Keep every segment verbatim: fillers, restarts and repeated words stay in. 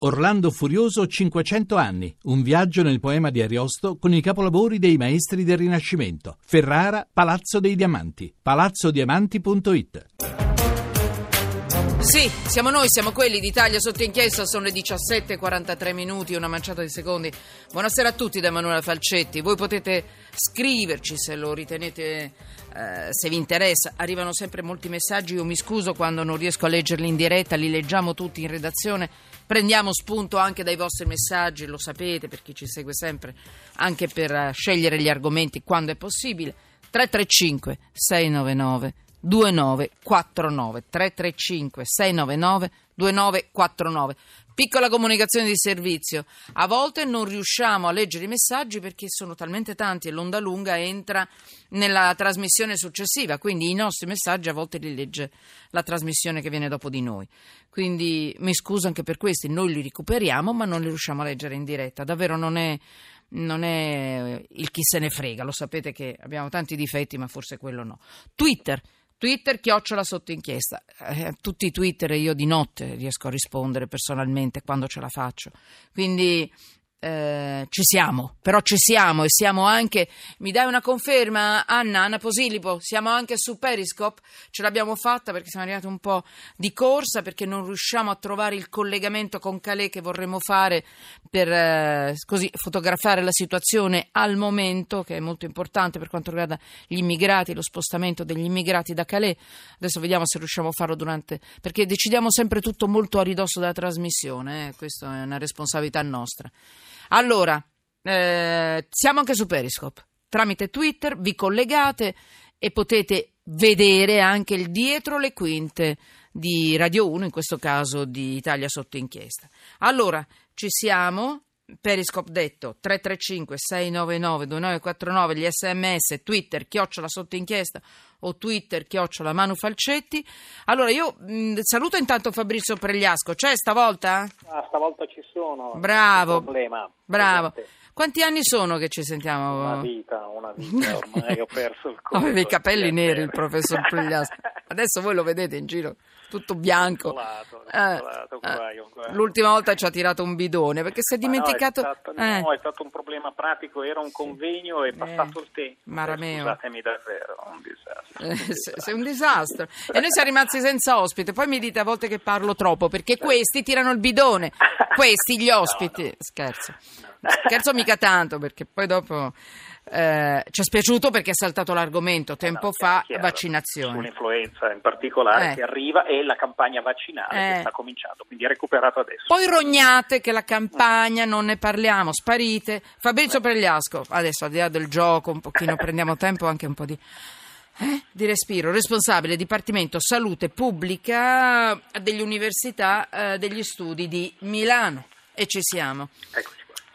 Orlando Furioso cinquecento anni, un viaggio nel poema di Ariosto con i capolavori dei maestri del Rinascimento. Ferrara, Palazzo dei Diamanti, palazzo diamanti punto it. Sì, siamo noi, siamo quelli d'Italia sotto inchiesta, sono le diciassette e quarantatré minuti, una manciata di secondi. Buonasera a tutti da Emanuela Falcetti. Voi potete scriverci se lo ritenete, eh, se vi interessa. Arrivano sempre molti messaggi, io mi scuso quando non riesco a leggerli in diretta, li leggiamo tutti in redazione. Prendiamo spunto anche dai vostri messaggi, lo sapete, per chi ci segue sempre, anche per uh, scegliere gli argomenti quando è possibile. tre tre cinque sei nove nove due nove quattro nove tre tre cinque sei nove nove due nove quattro nove. Piccola comunicazione di servizio: a volte non riusciamo a leggere i messaggi perché sono talmente tanti e l'onda lunga entra nella trasmissione successiva, quindi i nostri messaggi a volte li legge la trasmissione che viene dopo di noi, quindi mi scuso anche per questi. Noi li recuperiamo ma non li riusciamo a leggere in diretta, davvero non è non è il chi se ne frega, lo sapete che abbiamo tanti difetti ma forse quello no. Twitter Twitter, chiocciola sotto inchiesta. Eh, tutti i Twitter io di notte riesco a rispondere personalmente quando ce la faccio. Quindi eh, ci siamo, però ci siamo e siamo anche... Mi dai una conferma, Anna? Anna Posilipo? Siamo anche su Periscope? Ce l'abbiamo fatta perché siamo arrivati un po' di corsa, perché non riusciamo a trovare il collegamento con Calais che vorremmo fare per eh, così fotografare la situazione al momento, che è molto importante per quanto riguarda gli immigrati, lo spostamento degli immigrati da Calais. Adesso vediamo se riusciamo a farlo durante, perché decidiamo sempre tutto molto a ridosso della trasmissione, eh? Questa è una responsabilità nostra. Allora, eh, siamo anche su Periscope, tramite Twitter vi collegate e potete vedere anche il dietro le quinte di Radio uno, in questo caso di Italia sotto inchiesta. Allora, ci siamo, Periscope detto, tre tre cinque sei nove nove due nove quattro nove, gli sms, Twitter, chiocciola sotto inchiesta o Twitter, chiocciola Manu Falcetti. Allora io mh, saluto intanto Fabrizio Pregliasco, c'è stavolta? Ah, stavolta ci sono. Bravo, problema. bravo. Presente. Quanti anni sono che ci sentiamo? Una vita, una vita, ormai ho perso il conto. Aveva i capelli neri il professor Pregliasco. Adesso voi lo vedete in giro, tutto bianco. Colato, eh, colato, eh, guaio, guaio. L'ultima volta ci ha tirato un bidone perché si è Ma dimenticato. No, è stato, eh. no, è stato un problema pratico, era un convegno e è passato eh. il tempo. Marameo. Scusatemi davvero, un disastro. Un disastro. Sei un disastro. E noi siamo rimasti senza ospite. Poi mi dite a volte che parlo troppo perché questi tirano il bidone. Questi gli ospiti. No, no. Scherzo. Scherzo mica tanto, perché poi dopo eh, ci è spiaciuto perché è saltato l'argomento tempo no, fa, chiaro, vaccinazione. Sull'influenza in particolare eh. che arriva e la campagna vaccinale eh. che sta cominciando, quindi è recuperato adesso. Poi rognate che la campagna, non ne parliamo, sparite. Fabrizio Pregliasco, adesso al di là del gioco, un pochino prendiamo tempo anche un po' di... Eh? di respiro, responsabile Dipartimento Salute Pubblica delle Università eh, degli Studi di Milano. E ci siamo. Eccoci.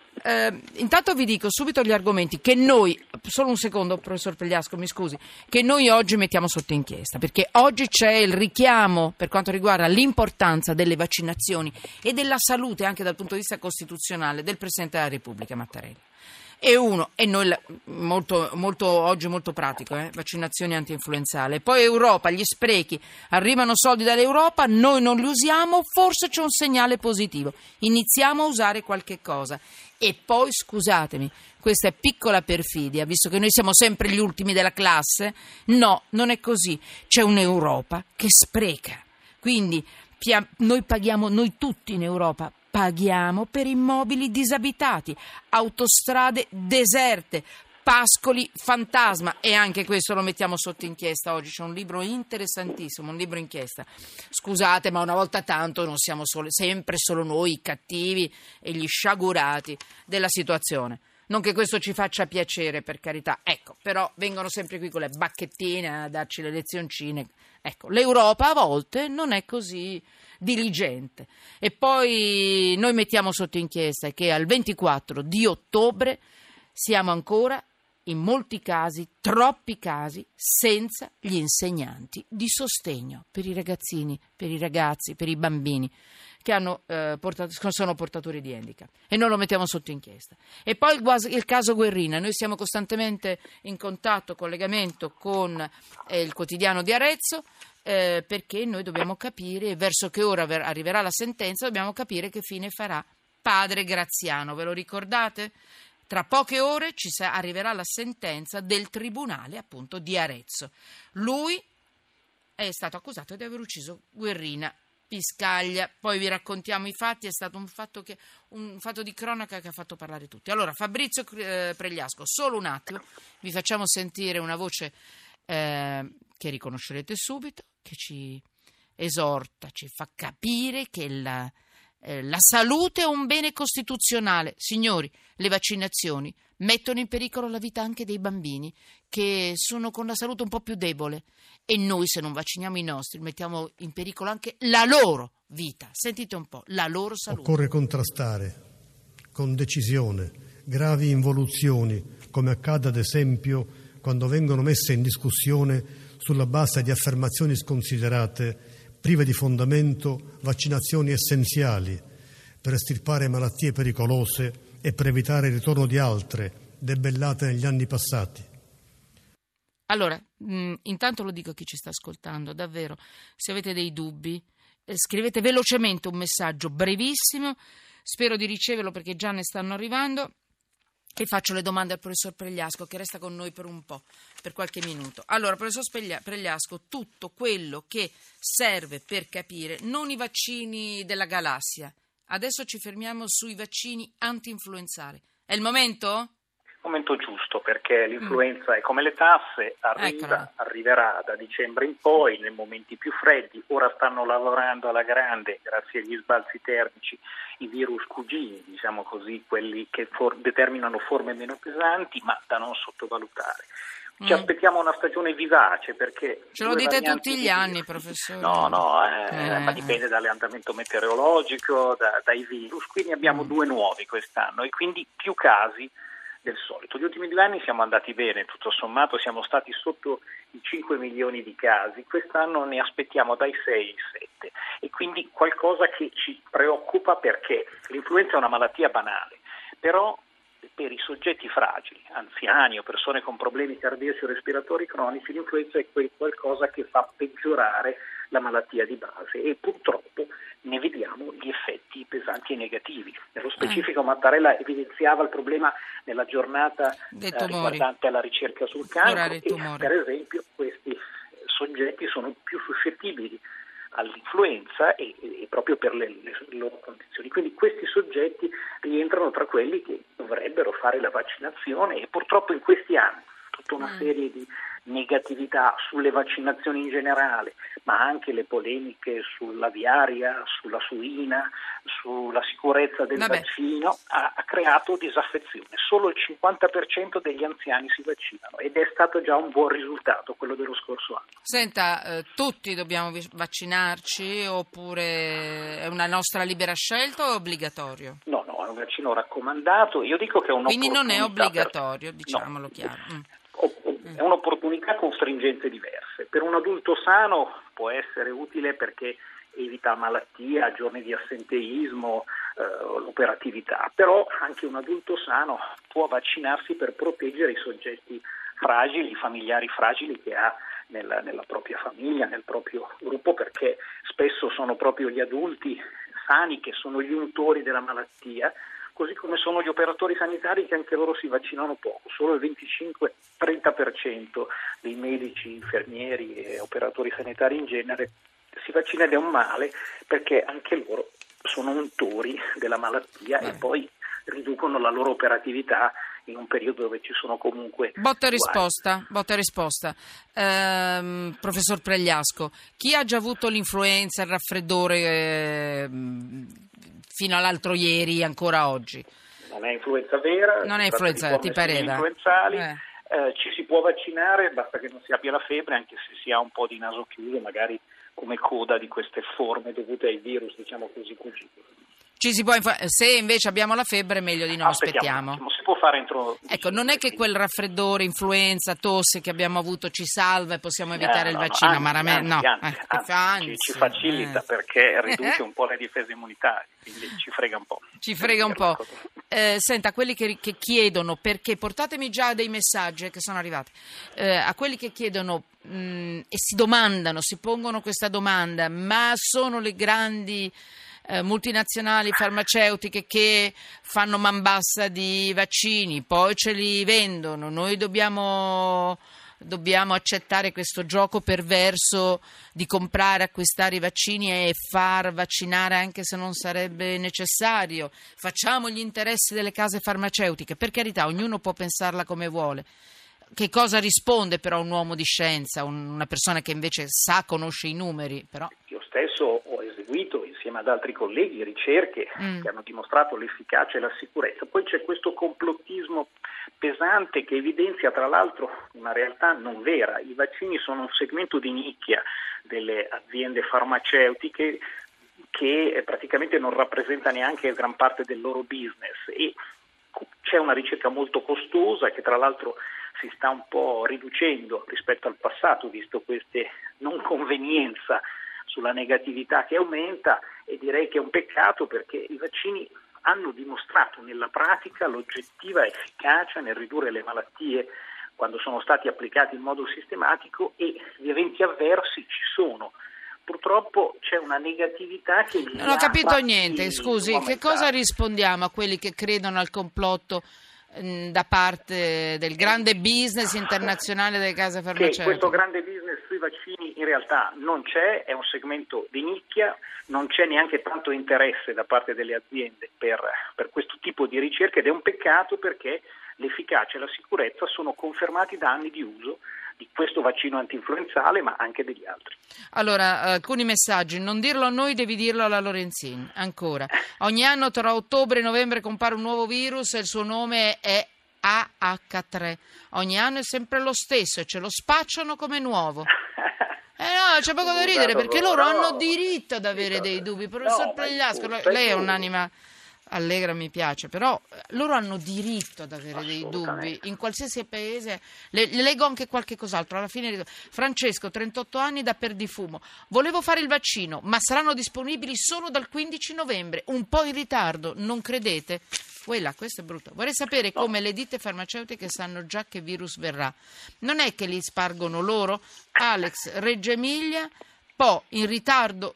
Eh, intanto vi dico subito gli argomenti che noi, solo un secondo professor Pregliasco mi scusi, che noi oggi mettiamo sotto inchiesta, perché oggi c'è il richiamo per quanto riguarda l'importanza delle vaccinazioni e della salute anche dal punto di vista costituzionale del Presidente della Repubblica Mattarella. E uno, e noi molto, molto oggi molto pratico, eh? vaccinazioni anti-influenzale. Poi Europa, gli sprechi, arrivano soldi dall'Europa, noi non li usiamo, forse c'è un segnale positivo, iniziamo a usare qualche cosa. E poi scusatemi, questa è piccola perfidia, visto che noi siamo sempre gli ultimi della classe, no, non è così, c'è un'Europa che spreca, quindi pia- noi paghiamo, noi tutti in Europa paghiamo per immobili disabitati, autostrade deserte, pascoli fantasma, e anche questo lo mettiamo sotto inchiesta oggi. C'è un libro interessantissimo, un libro inchiesta. Scusate, ma una volta tanto non siamo solo, sempre solo noi i cattivi e gli sciagurati della situazione. Non che questo ci faccia piacere, per carità, ecco, però vengono sempre qui con le bacchettine a darci le lezioncine. Ecco, l'Europa a volte non è così diligente. E poi noi mettiamo sotto inchiesta che al ventiquattro di ottobre siamo ancora, in molti casi, troppi casi, senza gli insegnanti di sostegno per i ragazzini, per i ragazzi, per i bambini che hanno, eh, portato, sono portatori di handicap, e noi lo mettiamo sotto inchiesta. E poi il, il caso Guerrina, noi siamo costantemente in contatto, collegamento con eh, il quotidiano di Arezzo, eh, perché noi dobbiamo capire verso che ora ver- arriverà la sentenza, dobbiamo capire che fine farà padre Graziano, ve lo ricordate? Tra poche ore ci sa- arriverà la sentenza del tribunale appunto di Arezzo. Lui è stato accusato di aver ucciso Guerrina Piscaglia, poi vi raccontiamo i fatti, è stato un fatto, che, un fatto di cronaca che ha fatto parlare tutti. Allora, Fabrizio eh, Pregliasco, solo un attimo, vi facciamo sentire una voce eh, che riconoscerete subito, che ci esorta, ci fa capire che la, eh, la salute è un bene costituzionale. Signori, le vaccinazioni mettono in pericolo la vita anche dei bambini che sono con la salute un po' più debole, e noi se non vacciniamo i nostri mettiamo in pericolo anche la loro vita. Sentite un po', la loro salute. Occorre contrastare con decisione gravi involuzioni, come accade ad esempio quando vengono messe in discussione sulla base di affermazioni sconsiderate, prive di fondamento, vaccinazioni essenziali per estirpare malattie pericolose e per evitare il ritorno di altre debellate negli anni passati. Allora, mh, intanto lo dico a chi ci sta ascoltando, davvero, se avete dei dubbi, eh, scrivete velocemente un messaggio brevissimo, spero di riceverlo perché già ne stanno arrivando, e faccio le domande al professor Pregliasco, che resta con noi per un po', per qualche minuto. Allora, professor Pregliasco, tutto quello che serve per capire, non i vaccini della galassia, adesso ci fermiamo sui vaccini anti-influenzali. È il momento? Momento giusto, perché l'influenza mm. è come le tasse, arriva, Eccola. arriverà da dicembre in poi, nei momenti più freddi. Ora stanno lavorando alla grande, grazie agli sbalzi termici, i virus cugini, diciamo così, quelli che for- determinano forme meno pesanti, ma da non sottovalutare. Ci mm. aspettiamo una stagione vivace, perché ce lo dite tutti gli anni, professore. No, no, eh, eh. ma dipende dall'andamento meteorologico, da, dai virus. Quindi abbiamo mm. due nuovi quest'anno e quindi più casi del solito. Gli ultimi due anni siamo andati bene, tutto sommato siamo stati sotto i cinque milioni di casi, quest'anno ne aspettiamo dai sei ai sette, e quindi qualcosa che ci preoccupa, perché l'influenza è una malattia banale, però per i soggetti fragili, anziani o persone con problemi cardiaci o respiratori cronici, l'influenza è quel qualcosa che fa peggiorare la malattia di base, e purtroppo ne vediamo gli effetti pesanti e negativi. Nello specifico Mattarella evidenziava il problema nella giornata eh, riguardante la ricerca sul cancro, e per esempio questi soggetti sono più suscettibili all'influenza e, e proprio per le, le, le loro condizioni. Quindi questi soggetti rientrano tra quelli che dovrebbero fare la vaccinazione, e purtroppo in questi anni tutta una serie di negatività sulle vaccinazioni in generale, ma anche le polemiche sull'aviaria, sulla suina, sulla sicurezza del Vabbè. vaccino, ha, ha creato disaffezione. Solo il cinquanta per cento degli anziani si vaccinano, ed è stato già un buon risultato quello dello scorso anno. Senta, eh, tutti dobbiamo vaccinarci, oppure è una nostra libera scelta o è obbligatorio? No, no, è un vaccino raccomandato. Io dico che è un'opportunità. Quindi non è obbligatorio, per... diciamolo no. chiaro. Mm. È un'opportunità con stringenze diverse. Per un adulto sano può essere utile perché evita malattia, giorni di assenteismo, eh, l'operatività, però anche un adulto sano può vaccinarsi per proteggere i soggetti fragili, i familiari fragili che ha nella, nella propria famiglia, nel proprio gruppo, perché spesso sono proprio gli adulti sani che sono gli untori della malattia, così come sono gli operatori sanitari, che anche loro si vaccinano poco. Solo il venticinque trenta per cento dei medici, infermieri e operatori sanitari in genere si vaccina, ed è un male, perché anche loro sono untori della malattia e poi riducono la loro operatività in un periodo dove ci sono comunque botta e risposta, botta e risposta. Ehm, professor Pregliasco, chi ha già avuto l'influenza, il raffreddore eh, fino all'altro ieri, ancora oggi? Non è influenza vera, non è influenza, ti pareva? Influenzali. Eh. Eh, ci si può vaccinare, basta che non si abbia la febbre, anche se si ha un po' di naso chiuso, magari come coda di queste forme dovute ai virus, diciamo così, cugini. Ci si può inf- se invece abbiamo la febbre, meglio di no, aspettiamo. aspettiamo. Si può fare entro... Ecco, non è che quel raffreddore, influenza, tosse che abbiamo avuto ci salva e possiamo evitare eh, il no, vaccino, no, ma anzi, rame- no, anzi, eh, anzi, anzi, ci, ci facilita eh. perché riduce un po' le difese immunitarie, quindi ci frega un po'. Ci frega un po'. Eh, senta, quelli che, che chiedono, perché portatemi già dei messaggi che sono arrivati, eh, a quelli che chiedono mh, e si domandano, si pongono questa domanda, ma sono le grandi eh, multinazionali farmaceutiche che fanno man bassa di vaccini, poi ce li vendono, noi dobbiamo... Dobbiamo accettare questo gioco perverso di comprare, acquistare i vaccini e far vaccinare anche se non sarebbe necessario. Facciamo gli interessi delle case farmaceutiche. Per carità, ognuno può pensarla come vuole. Che cosa risponde però un uomo di scienza, una persona che invece sa, conosce i numeri? Però... Io stesso ho eseguito insieme ad altri colleghi ricerche mm. che hanno dimostrato l'efficacia e la sicurezza. Poi c'è questo complottismo pesante che evidenzia tra l'altro una realtà non vera. I vaccini sono un segmento di nicchia delle aziende farmaceutiche che praticamente non rappresenta neanche gran parte del loro business, e c'è una ricerca molto costosa che tra l'altro si sta un po' riducendo rispetto al passato, visto questa non convenienza sulla negatività che aumenta, e direi che è un peccato perché i vaccini hanno dimostrato nella pratica l'oggettiva efficacia nel ridurre le malattie quando sono stati applicati in modo sistematico, e gli eventi avversi ci sono. Purtroppo c'è una negatività che... Non ho capito niente, scusi, che cosa rispondiamo a quelli che credono al complotto mh, da parte del grande business internazionale delle case farmaceutiche? Che questo grande business sui vaccini in realtà non c'è, è un segmento di nicchia, non c'è neanche tanto interesse da parte delle aziende per, per questo tipo di ricerche, ed è un peccato perché l'efficacia e la sicurezza sono confermati da anni di uso di questo vaccino antinfluenzale, ma anche degli altri. Allora, alcuni messaggi. Non dirlo a noi, devi dirlo alla Lorenzin. Ancora. Ogni anno tra ottobre e novembre compare un nuovo virus e il suo nome è A H tre. Ogni anno è sempre lo stesso e ce lo spacciano come nuovo. Eh no, c'è poco da ridere, perché loro hanno diritto ad avere dei dubbi. Professor Pregliasco, lei è un'anima allegra, mi piace, però loro hanno diritto ad avere dei dubbi in qualsiasi paese. Le, le leggo anche qualche cos'altro alla fine. Francesco, trentotto anni, da Perdifumo, volevo fare il vaccino ma saranno disponibili solo dal quindici novembre, un po' in ritardo, non credete? Quella, questo è brutto. Vorrei sapere come le ditte farmaceutiche sanno già che virus verrà. Non è che li spargono loro? Alex, Reggio Emilia. Po' in ritardo,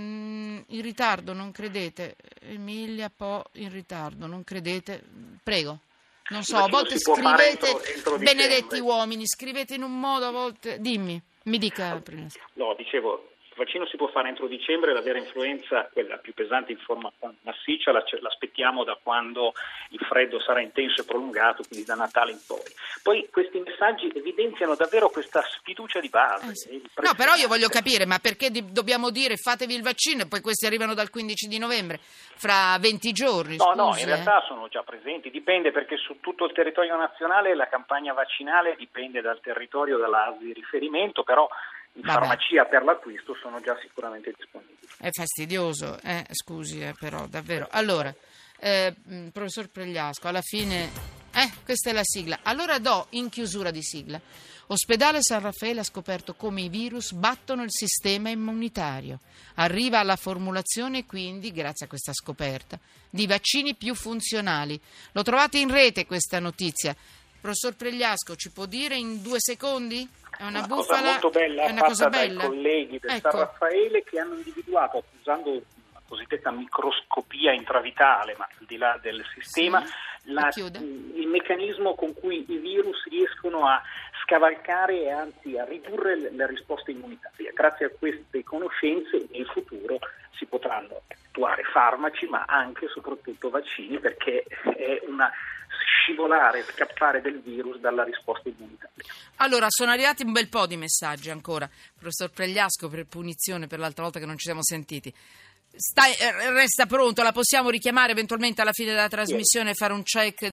in ritardo, non credete? Emilia, Po' in ritardo, non credete? Prego. Non so, a volte scrivete, entro, entro benedetti uomini, scrivete in un modo, a volte... Dimmi, mi dica prima. No, dicevo, il vaccino si può fare entro dicembre, la vera influenza, quella più pesante in forma massiccia, l'aspettiamo da quando il freddo sarà intenso e prolungato, quindi da Natale in poi. Poi questi messaggi evidenziano davvero questa sfiducia di base. Eh sì. No, però io voglio capire, ma perché di, dobbiamo dire fatevi il vaccino e poi questi arrivano dal quindici di novembre, fra venti giorni? No, scusi, no, in eh. realtà sono già presenti, dipende, perché su tutto il territorio nazionale la campagna vaccinale dipende dal territorio, dalla di riferimento, però in Vabbè. farmacia per l'acquisto sono già sicuramente disponibili. È fastidioso, eh, scusi, eh, però davvero. Allora, eh, professor Pregliasco, alla fine... Eh, questa è la sigla. Allora do in chiusura di sigla. Ospedale San Raffaele ha scoperto come i virus battono il sistema immunitario. Arriva alla formulazione, quindi, grazie a questa scoperta, di vaccini più funzionali. Lo trovate in rete questa notizia. Professor Pregliasco, ci può dire in due secondi? È una, una bufala, cosa molto bella, è una cosa bella. Dai colleghi del ecco. San Raffaele, che hanno individuato, usando la cosiddetta microscopia intravitale, ma al di là del sistema, sì, la, il meccanismo con cui i virus riescono a scavalcare e anzi a ridurre le, le risposte immunitarie. Grazie a queste conoscenze in futuro si potranno attuare farmaci, ma anche e soprattutto vaccini, perché è una scivolare, scappare del virus dalla risposta immunitaria. Allora, sono arrivati un bel po' di messaggi ancora. Professor Pregliasco, per punizione per l'altra volta che non ci siamo sentiti. Stai, resta pronto, la possiamo richiamare eventualmente alla fine della trasmissione e fare un check